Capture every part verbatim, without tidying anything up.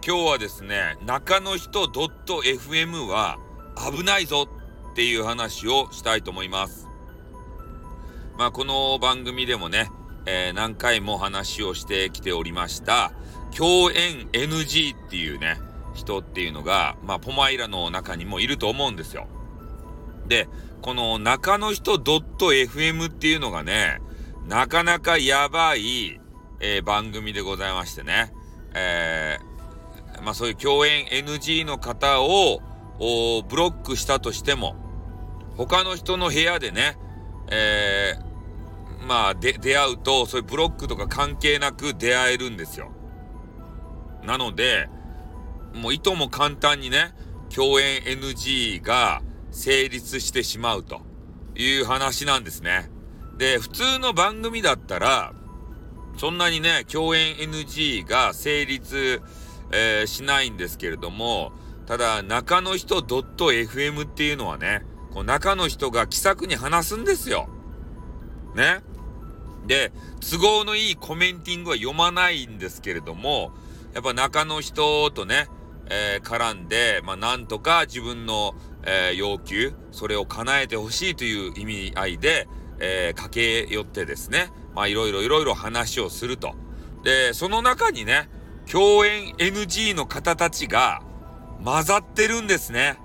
今日はですね、中の人 .エフエム は危ないぞっていう話をしたいと思います。まあこの番組でもね、えー、何回も話をしてきておりました共演 エヌジー っていうね人っていうのが、まあポマイラの中にもいると思うんですよ。で、この中の人 .エフエム っていうのがね、なかなかやばい、えー、番組でございましてね、えー、まあそういう共演 エヌジー の方をブロックしたとしても、他の人の部屋でね、えー、まあで出会うと、そういうブロックとか関係なく出会えるんですよ。なので、もういとも簡単にね、共演 エヌジー が成立してしまうという話なんですね。で、普通の番組だったら、そんなにね、共演 エヌジー が成立、えー、しないんですけれども、ただ、中の人 .エフエム っていうのはね、こう中の人が気さくに話すんですよ。ね。で、都合のいいコメンティングは読まないんですけれども、やっぱ中の人とね、えー、絡んで、まあ、なんとか自分の、えー、要求、それを叶えてほしいという意味合いで、えー、駆け寄ってですね、まあいろいろいろいろ話をすると。で、その中にね、共演 エヌジー の方たちが混ざってるんですね。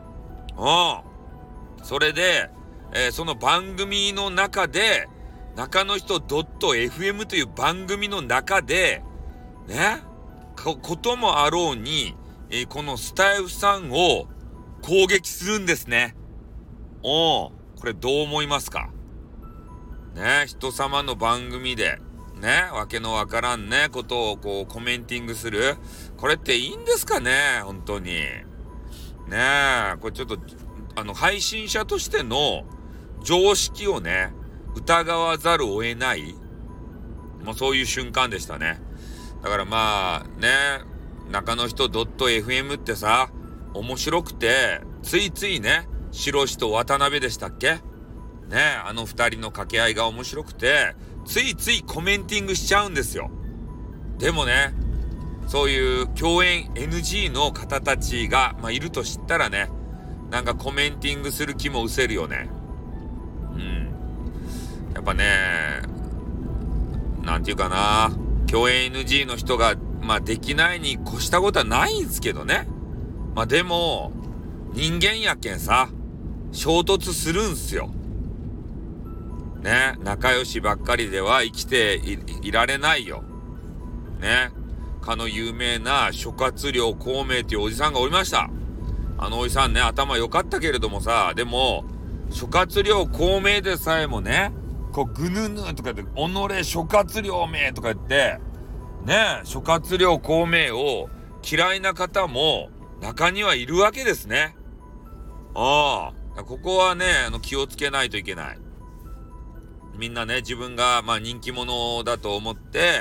うん。それで、えー、その番組の中で、中の人 .エフエム という番組の中で、ね、こ、こともあろうに、えー、このスタイフさんを攻撃するんですね。おー、これどう思いますか？ね、人様の番組で、ね、わけのわからんね、ことをこうコメンティングする。これっていいんですかね、本当に。ねえ、これちょっと、あの、配信者としての常識をね、疑わざるを得ない、もうそういう瞬間でしたね。だからまあ、ね、中の人 .エフエム ってさ、面白くて、ついついね、白石と渡辺でしたっけ？ね、あの二人の掛け合いが面白くて、ついついコメンティングしちゃうんですよ。でもね、そういう共演 エヌジー の方たちが、まあ、いると知ったらね、なんかコメンティングする気も失せるよね。うん。やっぱね、なんていうかな、共演 エヌジー の人が、まあできないに越したことはないんですけどね。まあでも、人間やけんさ、衝突するんすよ。ね、仲良しばっかりでは生きて い, いられないよ。ね、かの有名な諸葛亮孔明っていうおじさんがおりました。あのおじさんね、頭良かったけれどもさ、でも、諸葛亮孔明でさえもね、こう、ぐぬぬとか言って、己諸葛亮名とか言って、ね、諸葛亮孔明を嫌いな方も中にはいるわけですね。ああ、ここはね、あの気をつけないといけない。みんなね、自分がまあ人気者だと思って、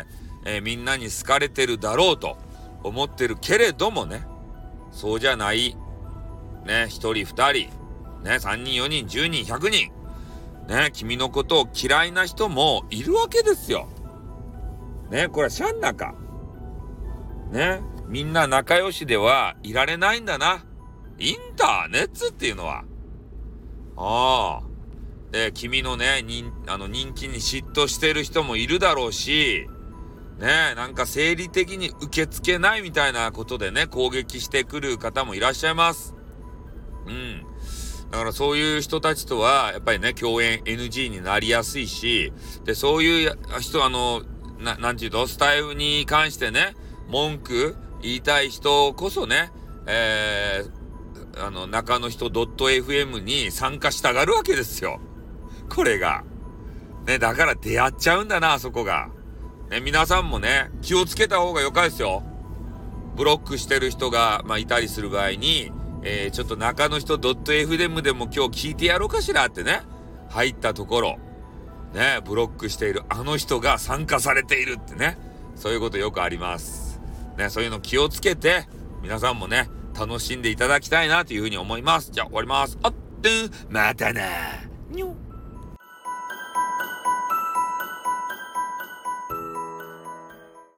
えー、みんなに好かれてるだろうと思ってるけれどもね、そうじゃない。ね、一人二人、ね、三人四人十人百人、ね、君のことを嫌いな人もいるわけですよ。ね、これはしゃんなか。ね、みんな仲良しではいられないんだな。インターネットっていうのは。ああ。で、君のね、人、あの人気に嫉妬してる人もいるだろうし、ね、なんか生理的に受け付けないみたいなことでね、攻撃してくる方もいらっしゃいます。うん。だからそういう人たちとは、やっぱりね、共演 エヌジー になりやすいし、で、そういう人、あの、な、なんていうと、スタイルに関してね、文句言いたい人こそね、えー、あの、中の人 .エフエム に参加したがるわけですよ。これが。ね、だから出会っちゃうんだな、あそこが。ね、皆さんもね、気をつけた方がよかですよ。ブロックしてる人が、まあ、いたりする場合に、えー、ちょっと中の人 .エフエム でも今日聞いてやろうかしらってね、入ったところ、ね、ブロックしているあの人が参加されているってね、そういうことよくあります。ね、そういうの気をつけて、皆さんもね、楽しんでいただきたいなというふうに思います。じゃあ終わります。あってん、またな。にょ。